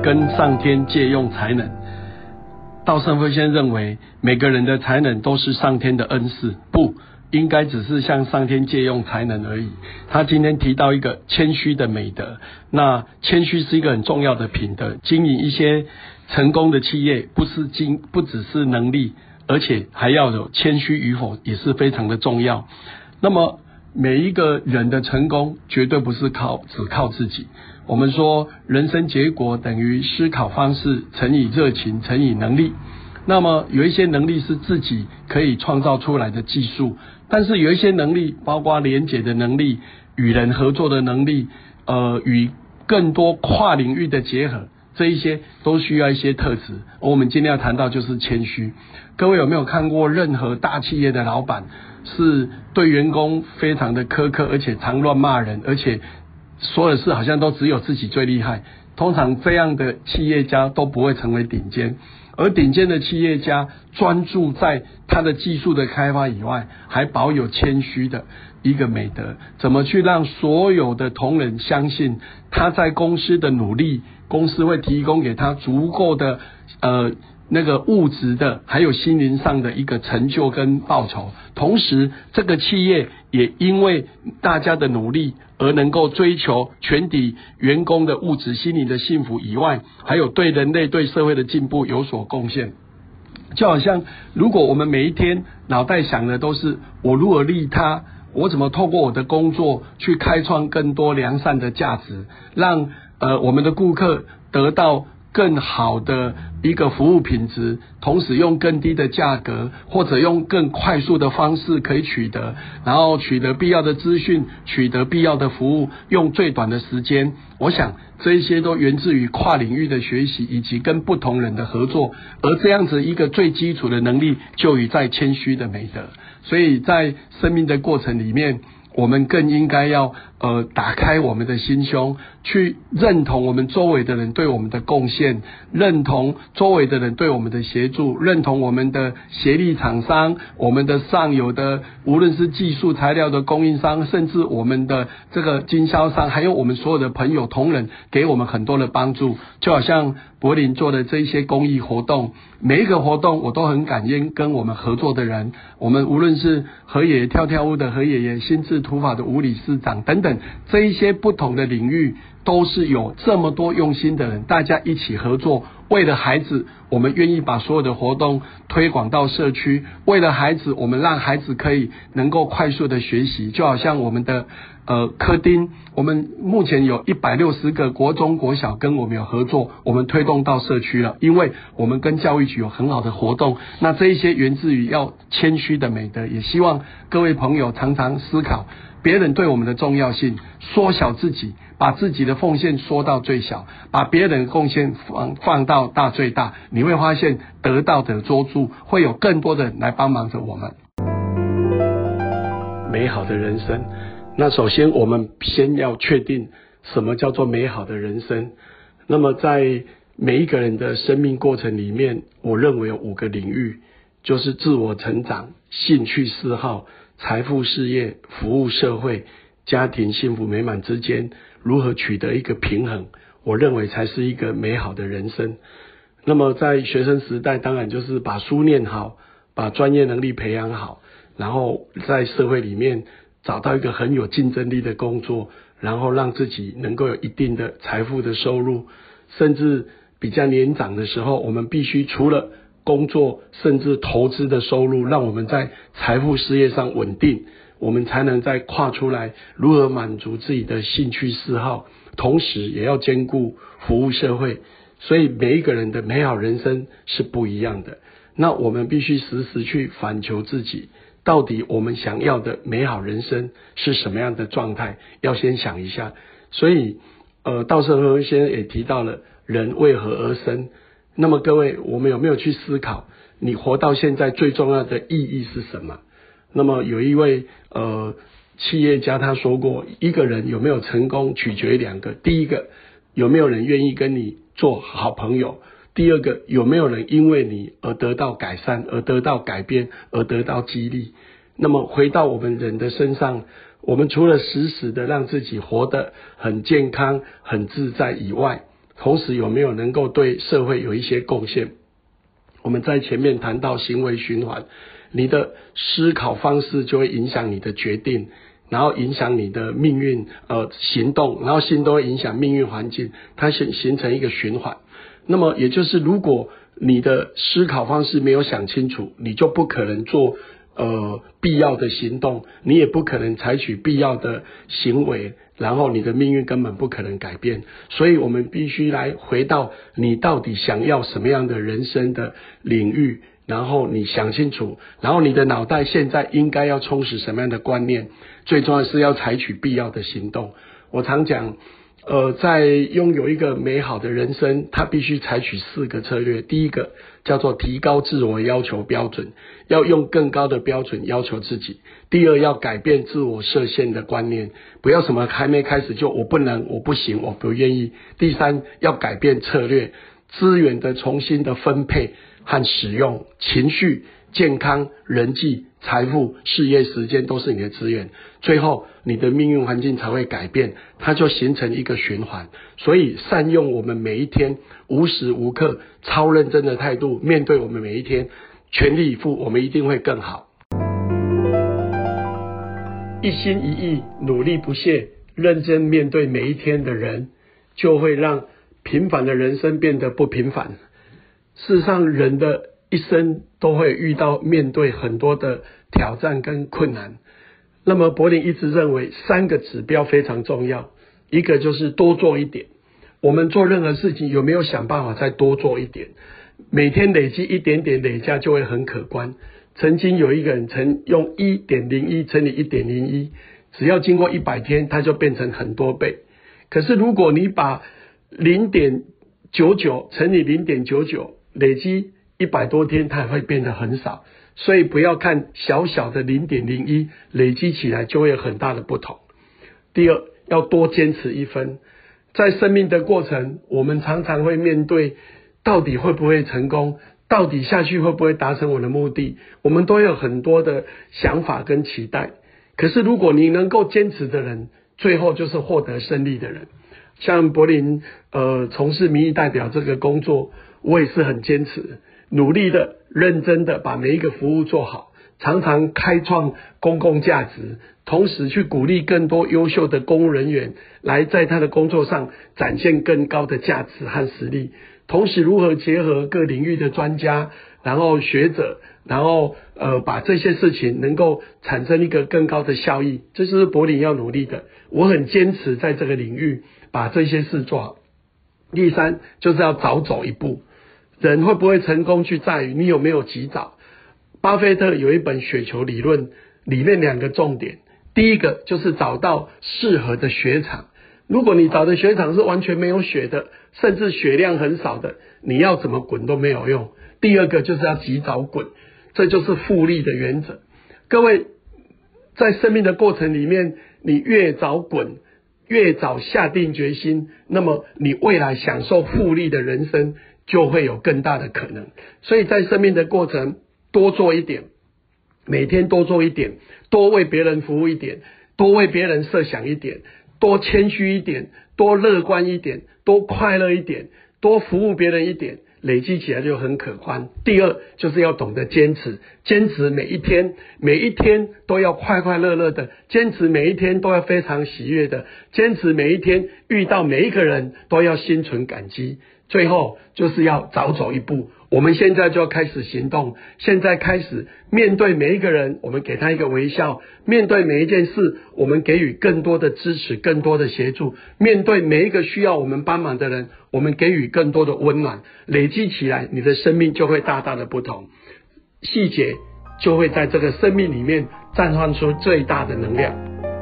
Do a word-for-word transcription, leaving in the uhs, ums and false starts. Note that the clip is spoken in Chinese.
跟上天借用才能。稻盛和夫先生认为，每个人的才能都是上天的恩赐，不应该只是向上天借用才能而已。他今天提到一个谦虚的美德，那谦虚是一个很重要的品德。经营一些成功的企业，不是经不只是能力，而且还要有谦虚与否，也是非常的重要。那么每一个人的成功绝对不是靠只靠自己。我们说人生结果等于思考方式乘以热情乘以能力。那么有一些能力是自己可以创造出来的技术，但是有一些能力包括连结的能力、与人合作的能力，呃，与更多跨领域的结合，这一些都需要一些特质。而我们今天要谈到就是谦虚。各位有没有看过任何大企业的老板是对员工非常的苛刻，而且常乱骂人，而且所有事好像都只有自己最厉害？通常这样的企业家都不会成为顶尖。而顶尖的企业家专注在他的技术的开发以外，还保有谦虚的一个美德。怎么去让所有的同仁相信他在公司的努力，公司会提供给他足够的呃那个物质的还有心灵上的一个成就跟报酬。同时这个企业也因为大家的努力而能够追求全体员工的物质心灵的幸福以外，还有对人类对社会的进步有所贡献。就好像如果我们每一天脑袋想的都是我如何利他，我怎么透过我的工作去开创更多良善的价值，让呃我们的顾客得到更好的一个服务品质，同时用更低的价格或者用更快速的方式可以取得，然后取得必要的资讯，取得必要的服务，用最短的时间。我想这一些都源自于跨领域的学习以及跟不同人的合作，而这样子一个最基础的能力就与在谦虚的美德。所以在生命的过程里面，我们更应该要呃打开我们的心胸，去认同我们周围的人对我们的贡献，认同周围的人对我们的协助，认同我们的协力厂商，我们的上游的无论是技术材料的供应商，甚至我们的这个经销商，还有我们所有的朋友同仁给我们很多的帮助。就好像柏林做的这一些公益活动，每一个活动我都很感恩跟我们合作的人，我们无论是何爷爷跳跳屋的何爷爷，心智图法的吴理事长等等，这一些不同的领域都是有这么多用心的人，大家一起合作，为了孩子我们愿意把所有的活动推广到社区，为了孩子我们让孩子可以能够快速的学习。就好像我们的呃科丁，我们目前有一百六十个国中国小跟我们有合作，我们推动到社区了，因为我们跟教育局有很好的活动。那这一些源自于要谦虚的美德，也希望各位朋友常常思考别人对我们的重要性，缩小自己，把自己的奉献缩到最小，把别人的贡献放放到大最大，你会发现得到的捉住，会有更多的人来帮忙着我们。美好的人生，那首先我们先要确定什么叫做美好的人生。那么在每一个人的生命过程里面，我认为有五个领域，就是自我成长、兴趣嗜好、财富事业、服务社会、家庭幸福美满之间如何取得一个平衡，我认为才是一个美好的人生。那么在学生时代，当然就是把书念好，把专业能力培养好，然后在社会里面找到一个很有竞争力的工作，然后让自己能够有一定的财富的收入。甚至比较年长的时候，我们必须除了工作甚至投资的收入，让我们在财富事业上稳定，我们才能再跨出来如何满足自己的兴趣嗜好，同时也要兼顾服务社会。所以每一个人的美好人生是不一样的，那我们必须时时去反求自己，到底我们想要的美好人生是什么样的状态，要先想一下。所以呃，稻盛和夫先生也提到了人为何而生。那么各位，我们有没有去思考你活到现在最重要的意义是什么？那么有一位呃企业家他说过，一个人有没有成功取决于两个，第一个，有没有人愿意跟你做好朋友，第二个，有没有人因为你而得到改善，而得到改变，而得到激励。那么回到我们人的身上，我们除了时时的让自己活得很健康很自在以外， 同时有没有能够对社会有一些贡献。我们在前面谈到行为循环，你的思考方式就会影响你的决定，然后影响你的命运呃行动，然后行动会影响命运环境，它形形成一个循环。那么也就是如果你的思考方式没有想清楚，你就不可能做呃必要的行动，你也不可能采取必要的行为，然后你的命运根本不可能改变。所以我们必须来回到你到底想要什么样的人生的领域，然后你想清楚，然后你的脑袋现在应该要充实什么样的观念，最重要的是要采取必要的行动。我常讲呃，在拥有一个美好的人生，他必须采取四个策略。第一个叫做提高自我要求标准，要用更高的标准要求自己。第二，要改变自我设限的观念，不要什么还没开始就我不能，我不行，我不愿意。第三，要改变策略，资源的重新的分配和使用，情绪、健康、人际、财富、事业、时间都是你的资源。最后你的命运环境才会改变，它就形成一个循环。所以善用我们每一天，无时无刻超认真的态度面对我们每一天，全力以赴，我们一定会更好。一心一意努力不懈认真面对每一天的人，就会让平凡的人生变得不平凡。事实上人的一生都会遇到面对很多的挑战跟困难。那么柏林一直认为三个指标非常重要，一个就是多做一点。我们做任何事情有没有想办法再多做一点？每天累积一点点累加就会很可观。曾经有一个人曾用 一点零一 乘以 一点零一， 只要经过一百天它就变成很多倍。可是如果你把 零点九九 乘以 零点九九 累积一百多天，它也会变得很少。所以不要看小小的 零点零一 累积起来就会有很大的不同。第二，要多坚持一分。在生命的过程，我们常常会面对到底会不会成功，到底下去会不会达成我的目的，我们都有很多的想法跟期待。可是如果你能够坚持的人，最后就是获得胜利的人。像柏林呃从事民意代表这个工作，我也是很坚持，努力的认真的把每一个服务做好，常常开创公共价值，同时去鼓励更多优秀的公务人员来在他的工作上展现更高的价值和实力。同时如何结合各领域的专家，然后学者，然后呃把这些事情能够产生一个更高的效益，这就是柏林要努力的。我很坚持在这个领域把这些事做好。第三，就是要早走一步。人会不会成功去在于你有没有及早。巴菲特有一本雪球理论，里面两个重点，第一个就是找到适合的雪场。如果你找的雪场是完全没有雪的，甚至雪量很少的，你要怎么滚都没有用。第二个就是要及早滚，这就是复利的原则。各位在生命的过程里面，你越早滚，越早下定决心，那么你未来享受复利的人生就会有更大的可能。所以在生命的过程多做一点，每天多做一点，多为别人服务一点，多为别人设想一点，多谦虚一点，多乐观一点，多快乐一点，多服务别人一点，累积起来就很可观。第二，就是要懂得坚持，坚持每一天，每一天都要快快乐乐的，坚持每一天都要非常喜悦的，坚持每一天遇到每一个人都要心存感激。最后就是要早走一步，我们现在就要开始行动，现在开始面对每一个人，我们给他一个微笑，面对每一件事，我们给予更多的支持，更多的协助，面对每一个需要我们帮忙的人，我们给予更多的温暖，累积起来，你的生命就会大大的不同，细节就会在这个生命里面绽放出最大的能量。